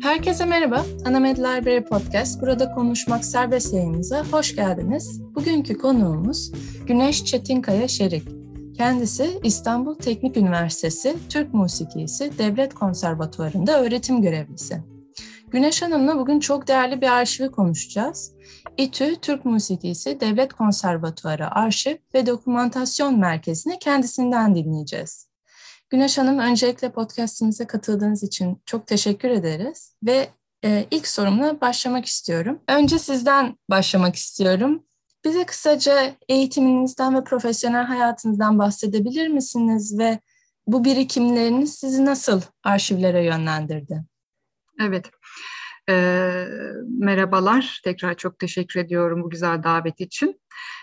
Herkese merhaba. Anamed Library Podcast, Burada Konuşmak Serbest yayınımıza hoş geldiniz. Bugünkü konuğumuz Güneş Çetinkaya Şerik. Kendisi İstanbul Teknik Üniversitesi Türk Musikisi Devlet Konservatuvarı'nda öğretim görevlisi. Güneş Hanım'la bugün çok değerli bir arşivi konuşacağız. İTÜ Türk Musikisi Devlet Konservatuvarı Arşiv ve Dokümantasyon Merkezi'ni kendisinden dinleyeceğiz. Güneş Hanım, öncelikle podcastimize katıldığınız için çok teşekkür ederiz ve ilk sorumla başlamak istiyorum. Önce sizden başlamak istiyorum. Bize kısaca eğitiminizden ve profesyonel hayatınızdan bahsedebilir misiniz ve bu birikimleriniz sizi nasıl arşivlere yönlendirdi? Evet, merhabalar. Tekrar çok teşekkür ediyorum bu güzel davet için.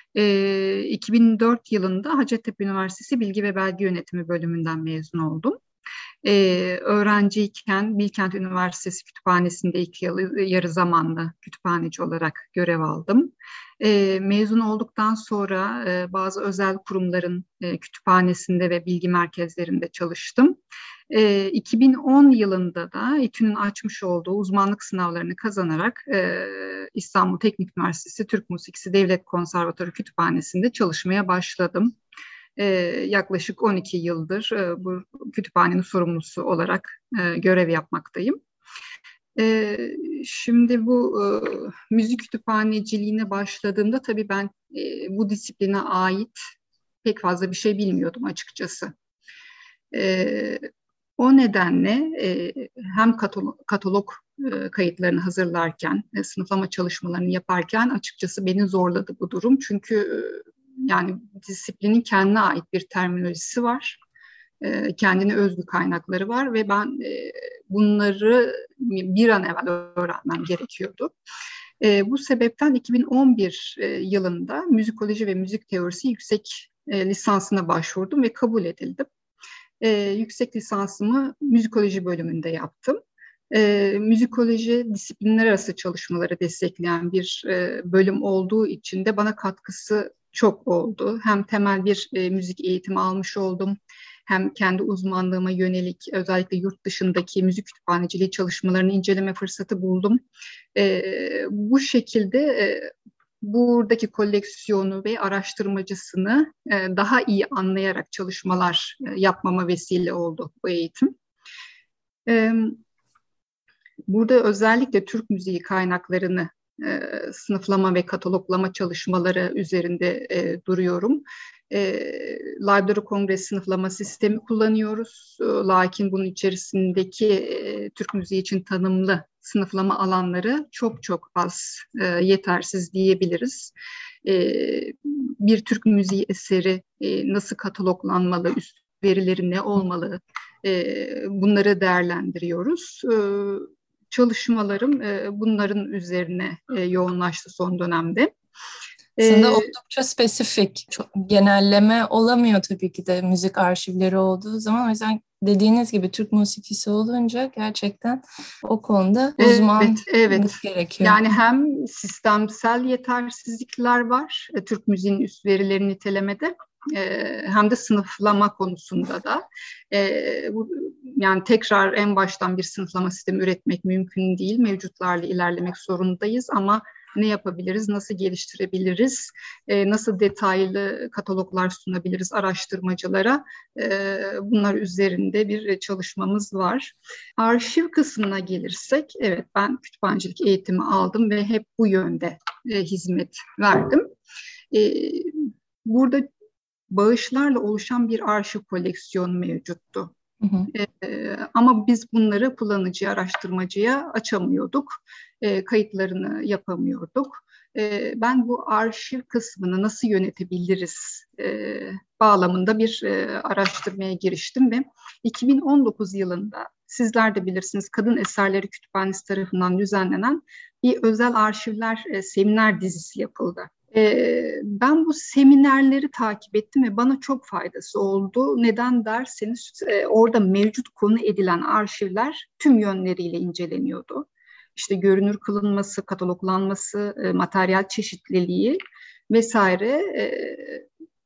2004 yılında Hacettepe Üniversitesi Bilgi ve Belge Yönetimi bölümünden mezun oldum. Öğrenciyken Bilkent Üniversitesi Kütüphanesi'nde 2 yıl yarı zamanlı kütüphaneci olarak görev aldım. Mezun olduktan sonra bazı özel kurumların kütüphanesinde ve bilgi merkezlerinde çalıştım. 2010 yılında da İTÜ'nün açmış olduğu uzmanlık sınavlarını kazanarak İstanbul Teknik Üniversitesi Türk Musikisi Devlet Konservatuarı Kütüphanesi'nde çalışmaya başladım. Yaklaşık 12 yıldır bu kütüphanenin sorumlusu olarak görev yapmaktayım. Şimdi bu müzik kütüphaneciliğine başladığımda tabii ben bu disipline ait pek fazla bir şey bilmiyordum açıkçası. O nedenle hem katalog kayıtlarını hazırlarken, sınıflama çalışmalarını yaparken açıkçası beni zorladı bu durum. Çünkü yani disiplinin kendine ait bir terminolojisi var, kendine özgü kaynakları var ve ben bunları bir an evvel öğrenmem gerekiyordu. Bu sebepten 2011 yılında müzikoloji ve müzik teorisi yüksek lisansına başvurdum ve kabul edildim. Yüksek lisansımı müzikoloji bölümünde yaptım. Müzikoloji disiplinler arası çalışmaları destekleyen bir bölüm olduğu için de bana katkısı çok oldu. Hem temel bir müzik eğitimi almış oldum, hem kendi uzmanlığıma yönelik özellikle yurt dışındaki müzik kütüphaneciliği çalışmalarını inceleme fırsatı buldum. Bu şekilde buradaki koleksiyonu ve araştırmacısını daha iyi anlayarak çalışmalar yapmama vesile oldu bu eğitim. Burada özellikle Türk müziği kaynaklarını sınıflama ve kataloglama çalışmaları üzerinde duruyorum. Library Congress sınıflama sistemi kullanıyoruz. Lakin bunun içerisindeki Türk müziği için tanımlı sınıflama alanları çok çok az, yetersiz diyebiliriz. Bir Türk müziği eseri nasıl kataloglanmalı, üst verileri ne olmalı, bunları değerlendiriyoruz. Çalışmalarım bunların üzerine yoğunlaştı son dönemde. Aslında oldukça spesifik, çok genelleme olamıyor tabii ki de müzik arşivleri olduğu zaman. O yüzden dediğiniz gibi Türk musikisi olunca gerçekten o konuda uzmanlık gerekiyor. Yani hem sistemsel yetersizlikler var Türk müziğinin üst verilerini nitelemede, hem de sınıflama konusunda da. Yani tekrar en baştan bir sınıflama sistemi üretmek mümkün değil. Mevcutlarla ilerlemek zorundayız ama ne yapabiliriz, nasıl geliştirebiliriz, nasıl detaylı kataloglar sunabiliriz araştırmacılara, bunlar üzerinde bir çalışmamız var. Arşiv kısmına gelirsek, evet ben kütüphanecilik eğitimi aldım ve hep bu yönde hizmet verdim. Burada bağışlarla oluşan bir arşiv koleksiyonu mevcuttu. Ama biz bunları kullanıcıya, araştırmacıya açamıyorduk. Kayıtlarını yapamıyorduk. Ben bu arşiv kısmını nasıl yönetebiliriz bağlamında bir araştırmaya giriştim ve 2019 yılında sizler de bilirsiniz Kadın Eserleri Kütüphanesi tarafından düzenlenen bir özel arşivler seminer dizisi yapıldı. Ben bu seminerleri takip ettim ve bana çok faydası oldu. Neden derseniz orada mevcut konu edilen arşivler tüm yönleriyle inceleniyordu. İşte görünür kılınması, kataloglanması, materyal çeşitliliği vesaire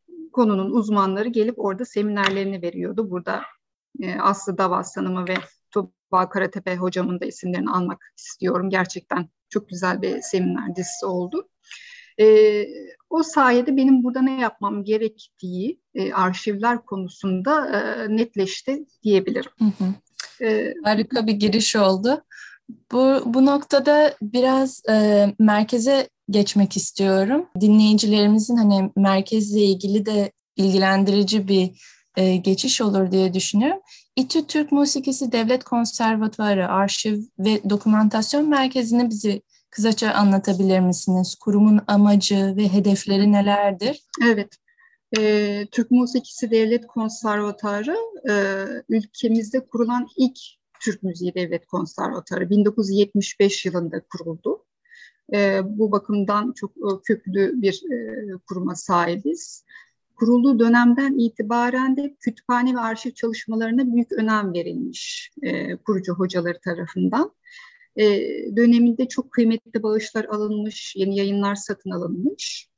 konunun uzmanları gelip orada seminerlerini veriyordu. Burada Aslı Davas Hanım'ı ve Tuğba Karatepe hocamın da isimlerini almak istiyorum. Gerçekten çok güzel bir seminer dizisi oldu. O sayede benim burada ne yapmam gerektiği arşivler konusunda netleşti diyebilirim. Hı hı. Harika bir giriş oldu. Bu noktada biraz merkeze geçmek istiyorum. Dinleyicilerimizin hani merkezle ilgili de bilgilendirici bir geçiş olur diye düşünüyorum. İTÜ Türk Musikisi Devlet Konservatuarı Arşiv ve Dokümantasyon Merkezi'ni bizi kısaca anlatabilir misiniz? Kurumun amacı ve hedefleri nelerdir? Evet. Türk Musikisi Devlet Konservatuarı ülkemizde kurulan ilk Türk Müziği Devlet Konservatuarı 1975 yılında kuruldu. Bu bakımdan çok köklü bir kuruma sahibiz. Kurulduğu dönemden itibaren de kütüphane ve arşiv çalışmalarına büyük önem verilmiş kurucu hocaları tarafından. Döneminde çok kıymetli bağışlar alınmış, yeni yayınlar satın alınmış.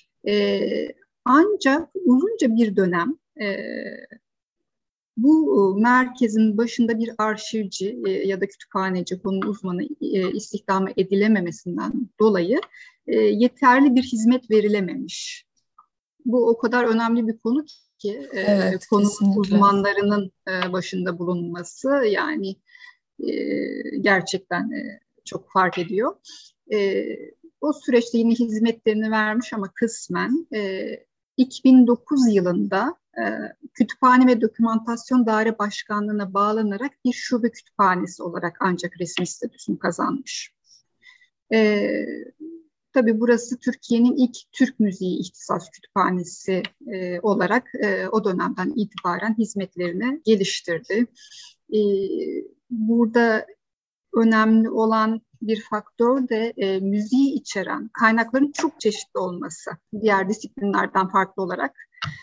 Ancak uzunca bir dönem bu merkezin başında bir arşivci ya da kütüphaneci, konu uzmanı istihdam edilememesinden dolayı yeterli bir hizmet verilememiş. Bu o kadar önemli bir konu ki Evet, konu kesinlikle. uzmanlarının başında bulunması yani gerçekten çok fark ediyor. O süreçte yine hizmetlerini vermiş ama kısmen 2009 yılında Kütüphane ve Dokümantasyon Daire Başkanlığı'na bağlanarak bir şube kütüphanesi olarak ancak resmi statüsünü kazanmış. Tabii burası Türkiye'nin ilk Türk müziği ihtisas kütüphanesi olarak o dönemden itibaren hizmetlerini geliştirdi. Burada önemli olan bir faktör de müziği içeren kaynakların çok çeşitli olması. Diğer disiplinlerden farklı olarak.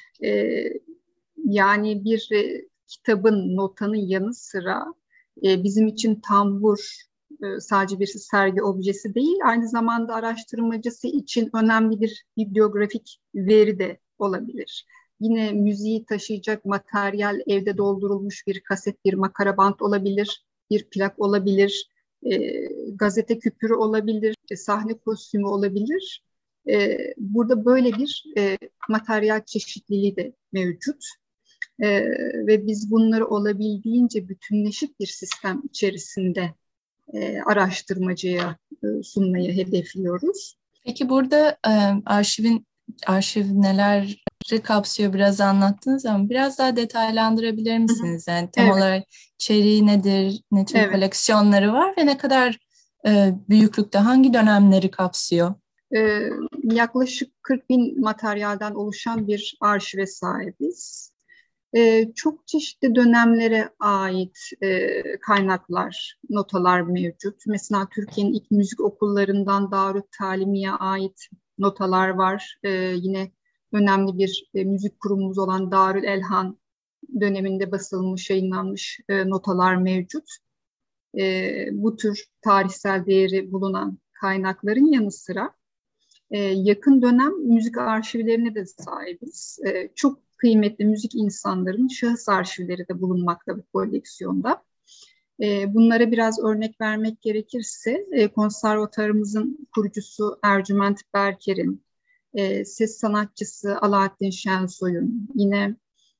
Yani bir kitabın, notanın yanı sıra bizim için tambur sadece bir sergi objesi değil, aynı zamanda araştırmacısı için önemli bir bibliografik veri de olabilir. Yine müziği taşıyacak materyal evde doldurulmuş bir kaset, bir makara bant olabilir, bir plak olabilir, gazete küpürü olabilir, sahne kostümü olabilir. Burada böyle bir materyal çeşitliliği de mevcut. Ve biz bunları olabildiğince bütünleşik bir sistem içerisinde araştırmacıya sunmayı hedefliyoruz. Peki burada arşiv neleri kapsıyor biraz anlattınız ama biraz daha detaylandırabilir misiniz? Yani tam Evet. olarak içeriği nedir, ne tür koleksiyonları var ve ne kadar büyüklükte, hangi dönemleri kapsıyor? Yaklaşık 40 bin materyalden oluşan bir arşive sahibiz. Çok çeşitli dönemlere ait kaynaklar, notalar mevcut. Mesela Türkiye'nin ilk müzik okullarından Darut Talimi'ye ait notalar var. Yine önemli bir müzik kurumumuz olan Darül Elhan döneminde basılmış, yayınlanmış notalar mevcut. Bu tür tarihsel değeri bulunan kaynakların yanı sıra yakın dönem müzik arşivlerine de sahibiz. Çok kıymetli müzik insanların şahıs arşivleri de bulunmakta bu koleksiyonda. Bunlara biraz örnek vermek gerekirse konservatuarımızın kurucusu Ercüment Berker'in, ses sanatçısı Alaaddin Şensoy'un, yine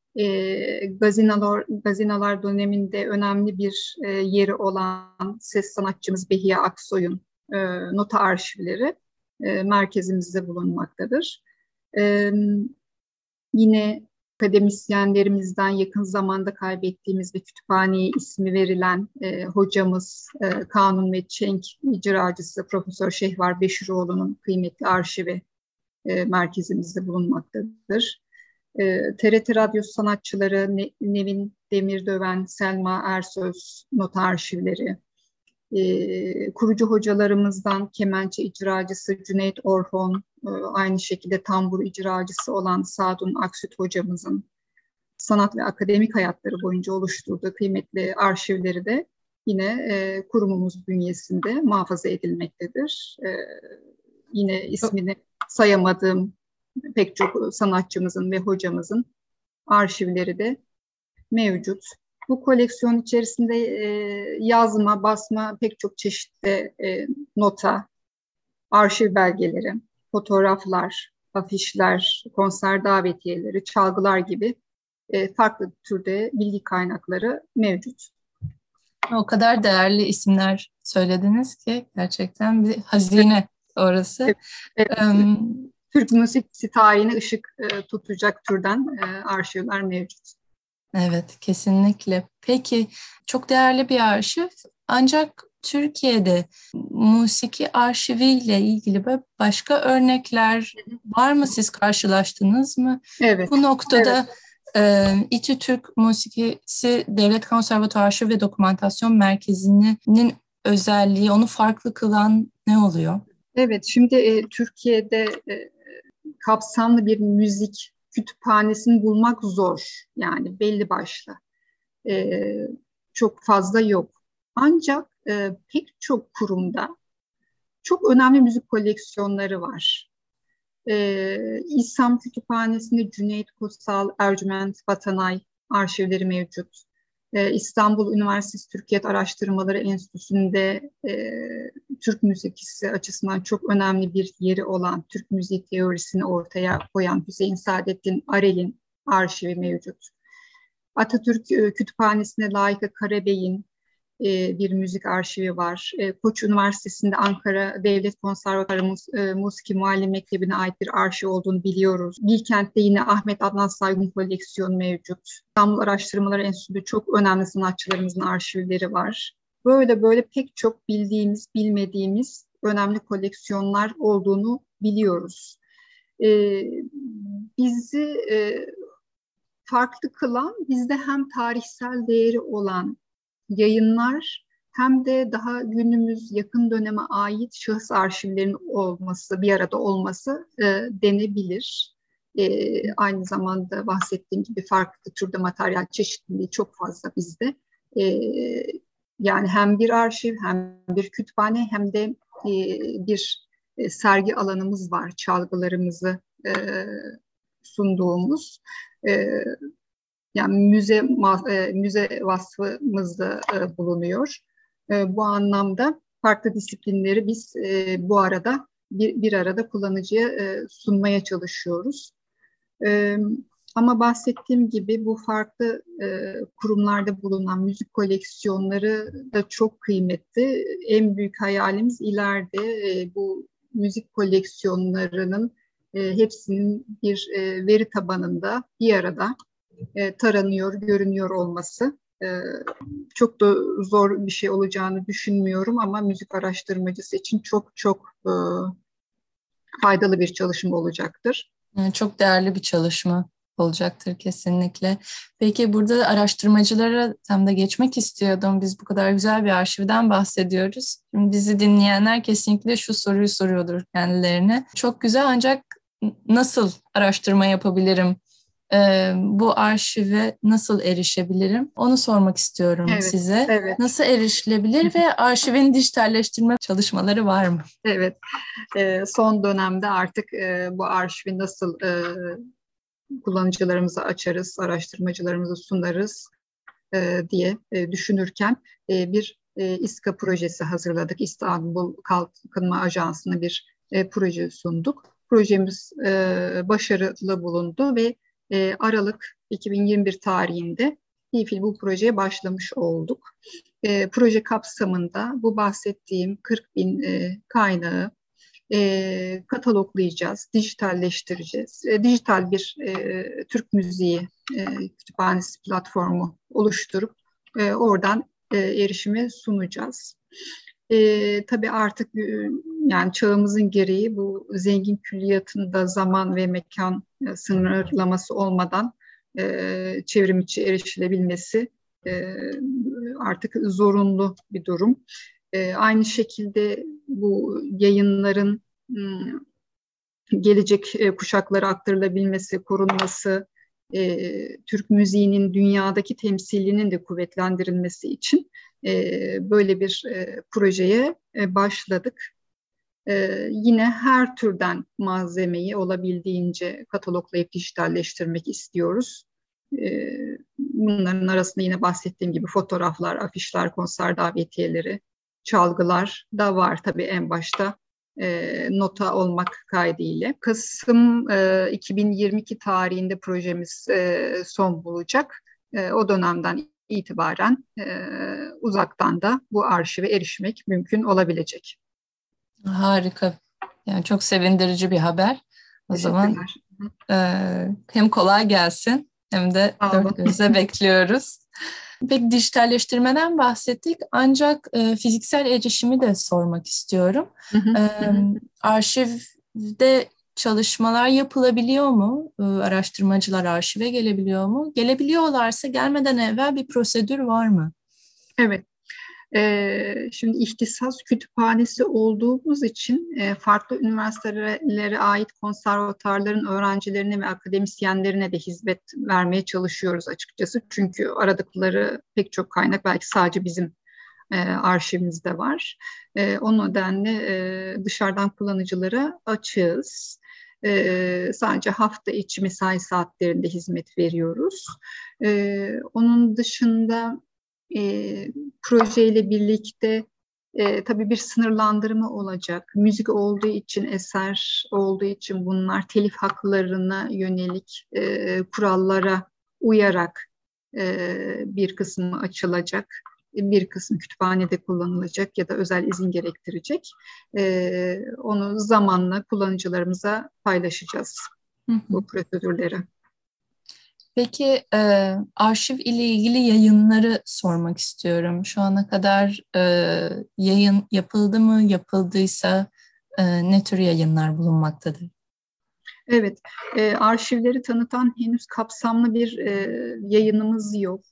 Gazinalar döneminde önemli bir yeri olan ses sanatçımız Behiye Aksoy'un nota arşivleri merkezimizde bulunmaktadır. Yine akademisyenlerimizden yakın zamanda kaybettiğimiz ve kütüphaneye ismi verilen hocamız Kanun ve Çenk icracısı Profesör Şehvar Beşiroğlu'nun kıymetli arşivi merkezimizde bulunmaktadır. TRT Radyo sanatçıları Nevin Demirdöven, Selma Ersöz nota arşivleri, kurucu hocalarımızdan kemençe icracısı Cüneyt Orhon, aynı şekilde tambur icracısı olan Sadun Aksüt hocamızın sanat ve akademik hayatları boyunca oluşturduğu kıymetli arşivleri de yine kurumumuz bünyesinde muhafaza edilmektedir. Yine ismini sayamadığım pek çok sanatçımızın ve hocamızın arşivleri de mevcut. Bu koleksiyon içerisinde yazma, basma pek çok çeşitli nota, arşiv belgeleri, fotoğraflar, afişler, konser davetiyeleri, çalgılar gibi farklı türde bilgi kaynakları mevcut. O kadar değerli isimler söylediniz ki gerçekten bir hazine orası. Evet, evet. Türk müzik tarihine ışık tutacak türden arşivler mevcut. Evet, kesinlikle. Peki, çok değerli bir arşiv. Ancak Türkiye'de musiki arşiviyle ilgili böyle başka örnekler var mı? Siz karşılaştınız mı? Evet. Bu noktada İTÜ Türk Musikisi Devlet Konservatuarı Arşiv ve Dokumentasyon Merkezi'nin özelliği, onu farklı kılan ne oluyor? Evet, şimdi Türkiye'de kapsamlı bir müzik kütüphanesini bulmak zor. Yani belli başlı. Çok fazla yok. Ancak pek çok kurumda çok önemli müzik koleksiyonları var. İSAM Kütüphanesi'nde Cüneyt Kutsal, Ercüment Vatanay arşivleri mevcut. İstanbul Üniversitesi Türkiye Araştırmaları Enstitüsü'nde Türk müzikisi açısından çok önemli bir yeri olan Türk müziği teorisini ortaya koyan Hüseyin Saadettin Arel'in arşivi mevcut. Atatürk Kütüphanesi'nde Layıka Karabey'in bir müzik arşivi var. Koç Üniversitesi'nde Ankara Devlet Konservatuarı Musiki Muallim Mektebi'ne ait bir arşiv olduğunu biliyoruz. Bilkent'te yine Ahmet Adnan Saygun koleksiyonu mevcut. İstanbul Araştırmaları Enstitüsü'nde çok önemli sanatçılarımızın arşivleri var. Böyle pek çok bildiğimiz, bilmediğimiz önemli koleksiyonlar olduğunu biliyoruz. Bizi farklı kılan, bizde hem tarihsel değeri olan yayınlar hem de daha günümüz yakın döneme ait şahıs arşivlerinin olması, bir arada olması denebilir. Aynı zamanda bahsettiğim gibi farklı türde materyal çeşitliliği çok fazla bizde. Yani hem bir arşiv hem bir kütüphane hem de bir sergi alanımız var, çalgılarımızı sunduğumuz. Yani müze vasfımız da bulunuyor. Bu anlamda farklı disiplinleri biz bu arada bir arada kullanıcıya sunmaya çalışıyoruz. Ama bahsettiğim gibi bu farklı kurumlarda bulunan müzik koleksiyonları da çok kıymetli. En büyük hayalimiz ileride bu müzik koleksiyonlarının hepsinin bir veri tabanında bir arada taranıyor, görünüyor olması. Çok da zor bir şey olacağını düşünmüyorum ama müzik araştırmacısı için çok faydalı bir çalışma olacaktır. Çok değerli bir çalışma olacaktır kesinlikle. Peki burada araştırmacılara tam da geçmek istiyordum. Biz bu kadar güzel bir arşivden bahsediyoruz. Şimdi bizi dinleyenler kesinlikle şu soruyu soruyordur kendilerine. Çok güzel ancak nasıl araştırma yapabilirim? Bu arşive nasıl erişebilirim? Onu sormak istiyorum size. Evet. Nasıl erişilebilir ve arşivin dijitalleştirme çalışmaları var mı? Evet. Son dönemde artık bu arşivi nasıl kullanıcılarımıza açarız, araştırmacılarımıza sunarız diye düşünürken bir İSKA projesi hazırladık. İstanbul Kalkınma Ajansı'na bir proje sunduk. Projemiz başarılı bulundu ve Aralık 2021 tarihinde bu projeye başlamış olduk. Proje kapsamında bu bahsettiğim 40 bin kaynağı kataloglayacağız, dijitalleştireceğiz. Dijital bir Türk müziği kütüphanesi platformu oluşturup oradan erişime sunacağız. Tabii artık yani çağımızın gereği bu zengin külliyatında zaman ve mekan sınırlaması olmadan çevrim içi erişilebilmesi artık zorunlu bir durum. Aynı şekilde bu yayınların gelecek kuşaklara aktarılabilmesi, korunması, Türk müziğinin dünyadaki temsilinin de kuvvetlendirilmesi için böyle bir projeye başladık. Yine her türden malzemeyi olabildiğince kataloglayıp dijitalleştirmek istiyoruz. Bunların arasında yine bahsettiğim gibi fotoğraflar, afişler, konser davetiyeleri, çalgılar da var tabii en başta nota olmak kaydıyla. Kasım 2022 tarihinde projemiz son bulacak. O dönemden itibaren uzaktan da bu arşive erişmek mümkün olabilecek. Harika. Yani çok sevindirici bir haber. O zaman Teşekkürler. hem kolay gelsin hem de dört gözle bekliyoruz. Peki dijitalleştirmeden bahsettik ancak fiziksel erişimi de sormak istiyorum. Arşivde çalışmalar yapılabiliyor mu? Araştırmacılar arşive gelebiliyor mu? Gelebiliyorlarsa gelmeden evvel bir prosedür var mı? Evet. Şimdi ihtisas kütüphanesi olduğumuz için farklı üniversitelere ait konservatuarların öğrencilerine ve akademisyenlerine de hizmet vermeye çalışıyoruz açıkçası. Çünkü aradıkları pek çok kaynak belki sadece bizim arşivimizde var. O nedenle dışarıdan kullanıcılara açığız. Sadece hafta içi mesai saatlerinde hizmet veriyoruz. Onun dışında projeyle birlikte tabii bir sınırlandırma olacak. Müzik olduğu için, eser olduğu için bunlar telif haklarına yönelik kurallara uyarak bir kısmı açılacak. Bir kısmı kütüphanede kullanılacak ya da özel izin gerektirecek. Onu zamanla kullanıcılarımıza paylaşacağız bu prosedürleri. Peki arşiv ile ilgili yayınları sormak istiyorum. Şu ana kadar yayın yapıldı mı? Yapıldıysa ne tür yayınlar bulunmaktadır? Evet, arşivleri tanıtan henüz kapsamlı bir yayınımız yok.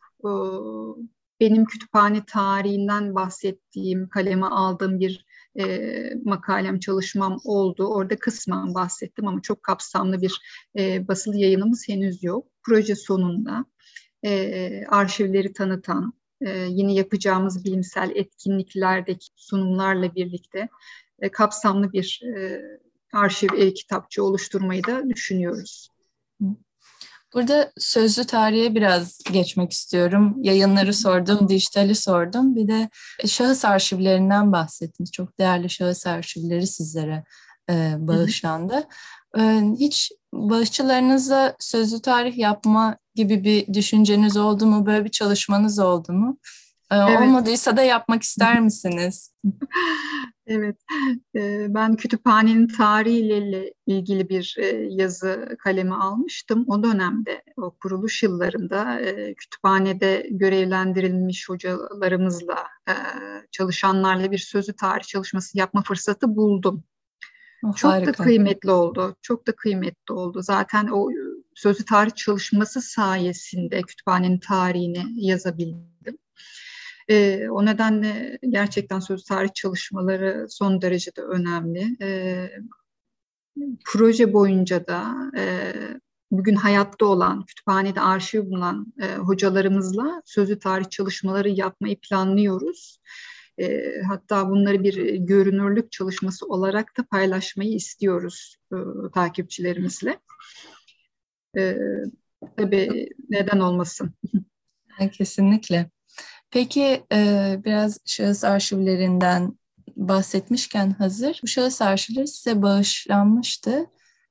Benim kütüphane tarihinden bahsettiğim, kaleme aldığım bir makalem, çalışmam oldu. Orada kısmen bahsettim ama çok kapsamlı bir basılı yayınımız henüz yok. Proje sonunda arşivleri tanıtan, yine yapacağımız bilimsel etkinliklerdeki sunumlarla birlikte kapsamlı bir arşiv kitapçığı oluşturmayı da düşünüyoruz. Burada sözlü tarihe biraz geçmek istiyorum. Yayınları sordum, dijitali sordum. Bir de şahıs arşivlerinden bahsettiniz. Çok değerli şahıs arşivleri sizlere bağışlandı. Hiç bağışçılarınızla sözlü tarih yapma gibi bir düşünceniz oldu mu? Böyle bir çalışmanız oldu mu? Evet. Olmadıysa da yapmak ister misiniz? Evet, ben kütüphanenin tarihiyle ilgili bir yazı kaleme almıştım. O dönemde, o kuruluş yıllarında kütüphanede görevlendirilmiş hocalarımızla, çalışanlarla bir sözlü tarih çalışması yapma fırsatı buldum. Çok Harika. da kıymetli oldu, çok da kıymetli oldu. Zaten o sözlü tarih çalışması sayesinde kütüphanenin tarihini yazabildim. O nedenle gerçekten sözlü tarih çalışmaları son derecede önemli. Proje boyunca da bugün hayatta olan, kütüphanede arşiv bulunan hocalarımızla sözlü tarih çalışmaları yapmayı planlıyoruz. Hatta bunları bir görünürlük çalışması olarak da paylaşmayı istiyoruz takipçilerimizle. Tabii neden olmasın? Kesinlikle. Peki biraz şahıs arşivlerinden bahsetmişken hazır, bu şahıs arşivleri size bağışlanmıştı.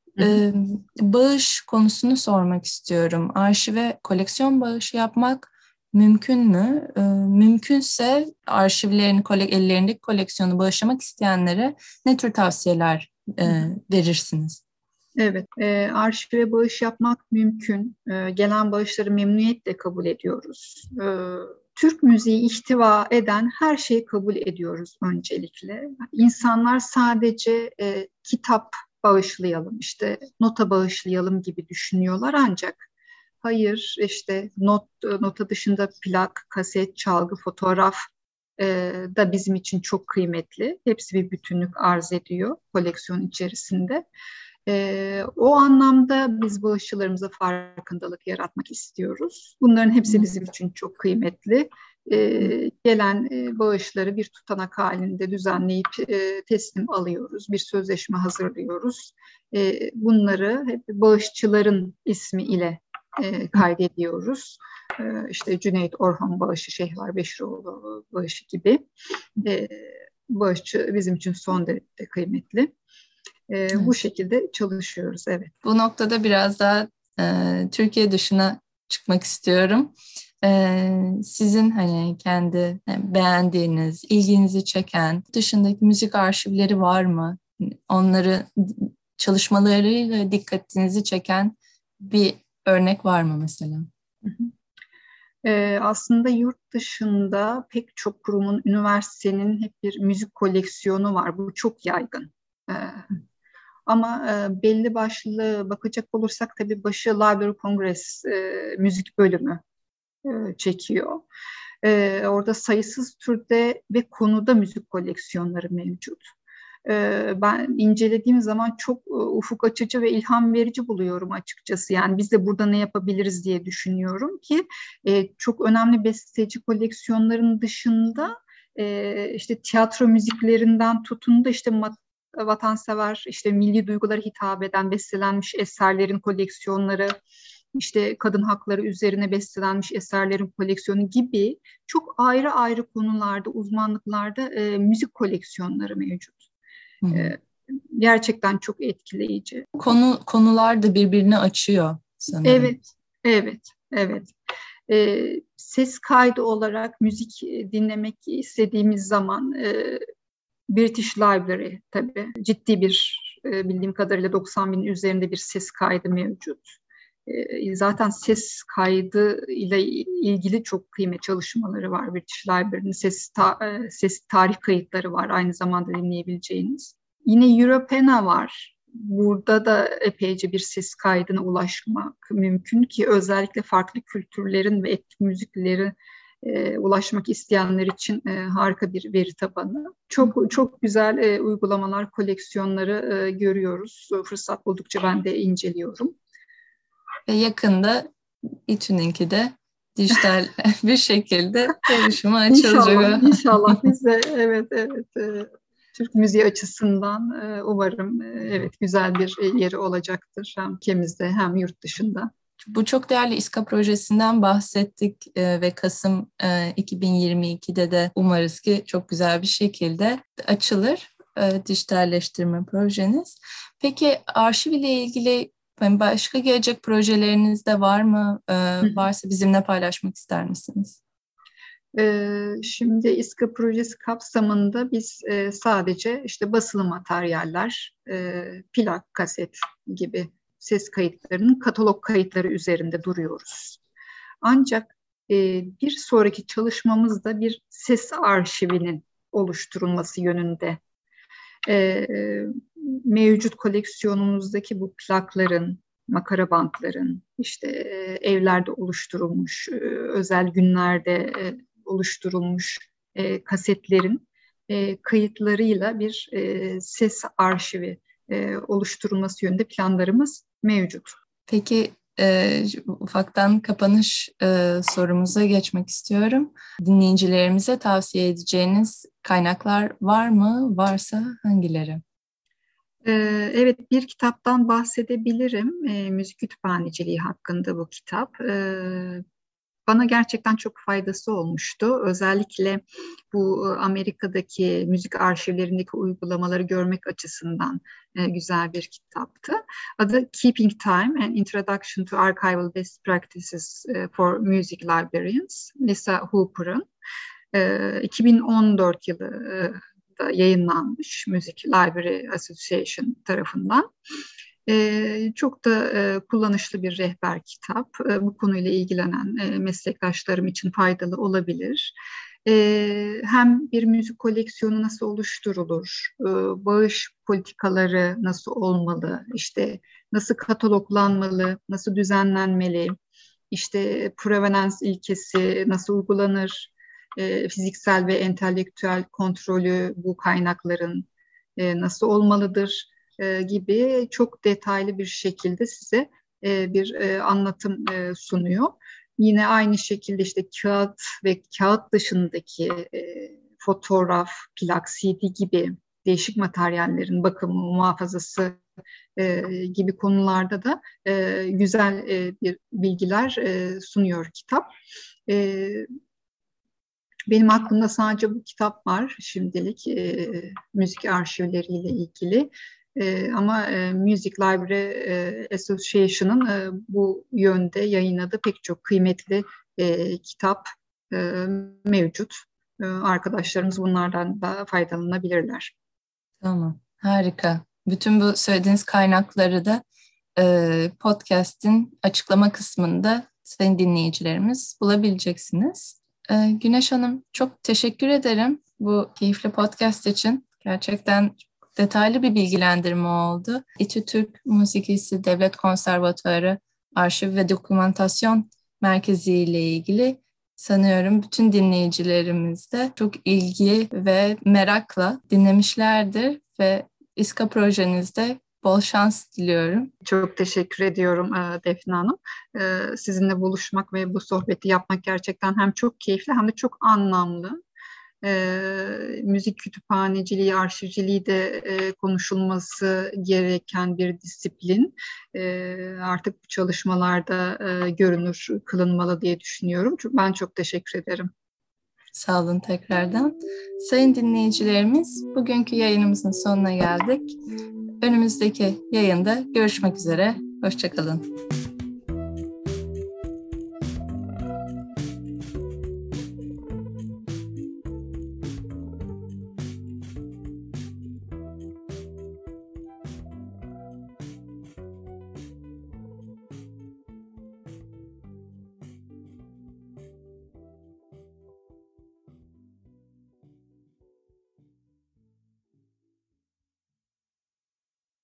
Bağış konusunu sormak istiyorum. Arşive koleksiyon bağışı yapmak mümkün mü? Mümkünse arşivlerini, ellerindeki koleksiyonu bağışlamak isteyenlere ne tür tavsiyeler verirsiniz? Evet, arşive bağış yapmak mümkün. Gelen bağışları memnuniyetle kabul ediyoruz. Türk müziği ihtiva eden her şeyi kabul ediyoruz öncelikle. İnsanlar sadece kitap bağışlayalım, işte nota bağışlayalım gibi düşünüyorlar ancak hayır, işte nota dışında plak, kaset, çalgı, fotoğraf da bizim için çok kıymetli. Hepsi bir bütünlük arz ediyor koleksiyon içerisinde. O anlamda biz bağışçılarımıza farkındalık yaratmak istiyoruz. Bunların hepsi bizim için çok kıymetli. Gelen bağışları bir tutanak halinde düzenleyip teslim alıyoruz. Bir sözleşme hazırlıyoruz. Bunları hep bağışçıların ismi ile kaydediyoruz. işte Cüneyt Orhan bağışı, Şehvar Beşiroğlu bağışı gibi bağışçı bizim için son derece kıymetli. Bu Evet. şekilde çalışıyoruz, evet. Bu noktada biraz daha Türkiye dışına çıkmak istiyorum. Sizin hani kendi beğendiğiniz, ilginizi çeken dışındaki müzik arşivleri var mı? Onları çalışmalarıyla dikkatinizi çeken bir örnek var mı mesela? Hı hı. Aslında yurt dışında pek çok kurumun, üniversitenin hep bir müzik koleksiyonu var. Bu çok yaygın. Ee, Ama belli başlı bakacak olursak tabii başı Library Congress müzik bölümü çekiyor. Orada sayısız türde ve konuda müzik koleksiyonları mevcut. Ben incelediğim zaman çok ufuk açıcı ve ilham verici buluyorum açıkçası. Yani biz de burada ne yapabiliriz diye düşünüyorum ki çok önemli besteci koleksiyonların dışında işte tiyatro müziklerinden tutun da işte vatansever, işte milli duygulara hitap eden bestelenmiş eserlerin koleksiyonları, işte kadın hakları üzerine bestelenmiş eserlerin koleksiyonu gibi çok ayrı ayrı konularda, uzmanlıklarda müzik koleksiyonları mevcut. Hı hı. E, Gerçekten çok etkileyici. Konular da birbirini açıyor sanırım. Evet, evet, evet. Ses kaydı olarak müzik dinlemek istediğimiz zaman British Library tabii ciddi bir bildiğim kadarıyla 90 binin üzerinde bir ses kaydı mevcut. Zaten ses kaydı ile ilgili çok kıymetli çalışmaları var. British Library'nin ses tarih kayıtları var aynı zamanda dinleyebileceğiniz. Yine Europena var. Burada da epeyce bir ses kaydına ulaşmak mümkün ki özellikle farklı kültürlerin ve etnik müzikleri ulaşmak isteyenler için harika bir veri tabanı. Çok çok güzel uygulamalar, koleksiyonları görüyoruz. Fırsat buldukça ben de inceliyorum. Ve yakında İTÜ'nünki de dijital bir şekilde erişime İnşallah, açılacak. inşallah biz de evet, evet. Türk müziği açısından umarım evet güzel bir yeri olacaktır hem ülkemizde hem yurt dışında. Bu çok değerli İSKA projesinden bahsettik ve Kasım 2022'de de umarız ki çok güzel bir şekilde açılır dijitalleştirme projeniz. Peki arşiv ile ilgili başka gelecek projeleriniz de var mı? Varsa bizimle paylaşmak ister misiniz? Şimdi İSKA projesi kapsamında biz sadece işte basılı materyaller, plak, kaset gibi ses kayıtlarının katalog kayıtları üzerinde duruyoruz. Ancak bir sonraki çalışmamızda bir ses arşivinin oluşturulması yönünde. E, Mevcut koleksiyonumuzdaki bu plakların, makara bantların, işte evlerde oluşturulmuş, özel günlerde oluşturulmuş kasetlerin kayıtlarıyla bir ses arşivi oluşturulması yönünde planlarımız mevcut. Peki ufaktan kapanış sorumuza geçmek istiyorum. Dinleyicilerimize tavsiye edeceğiniz kaynaklar var mı? Varsa hangileri? Evet, bir kitaptan bahsedebilirim. Müzik kütüphaneciliği hakkında bu kitap. Bana gerçekten çok faydası olmuştu. Özellikle bu Amerika'daki müzik arşivlerindeki uygulamaları görmek açısından güzel bir kitaptı. Adı Keeping Time: An Introduction to Archival Best Practices for Music Librarians, Lisa Hooper'ın. 2014 yılı da yayınlanmış Music Library Association tarafından. Çok da kullanışlı bir rehber kitap. Bu konuyla ilgilenen meslektaşlarım için faydalı olabilir. Hem bir müzik koleksiyonu nasıl oluşturulur, bağış politikaları nasıl olmalı, işte nasıl kataloglanmalı, nasıl düzenlenmeli, işte provenans ilkesi nasıl uygulanır, fiziksel ve entelektüel kontrolü bu kaynakların nasıl olmalıdır gibi çok detaylı bir şekilde size bir anlatım sunuyor. Yine aynı şekilde işte kağıt ve kağıt dışındaki fotoğraf, plak, CD gibi değişik materyallerin bakımı, muhafazası gibi konularda da güzel bir bilgiler sunuyor kitap. Benim aklımda sadece bu kitap var şimdilik, müzik arşivleriyle ilgili. Ama Music Library Association'ın bu yönde yayınladığı pek çok kıymetli kitap mevcut. Arkadaşlarımız bunlardan da faydalanabilirler. Tamam, harika. Bütün bu söylediğiniz kaynakları da podcast'in açıklama kısmında sayın dinleyicilerimiz bulabileceksiniz. Güneş Hanım, çok teşekkür ederim bu keyifli podcast için. Gerçekten detaylı bir bilgilendirme oldu. İTÜ Türk Müzikisi Devlet Konservatuarı Arşiv ve Dokümantasyon Merkezi ile ilgili sanıyorum bütün dinleyicilerimiz de çok ilgi ve merakla dinlemişlerdir ve İSKA projenizde bol şans diliyorum. Çok teşekkür ediyorum Defne Hanım. Sizinle buluşmak ve bu sohbeti yapmak gerçekten hem çok keyifli hem de çok anlamlı. Müzik kütüphaneciliği, arşivciliği de konuşulması gereken bir disiplin. Artık bu çalışmalarda görünür kılınmalı diye düşünüyorum. Ben çok teşekkür ederim. Sağ olun tekrardan. Sayın dinleyicilerimiz, bugünkü yayınımızın sonuna geldik. Önümüzdeki yayında görüşmek üzere. Hoşça kalın.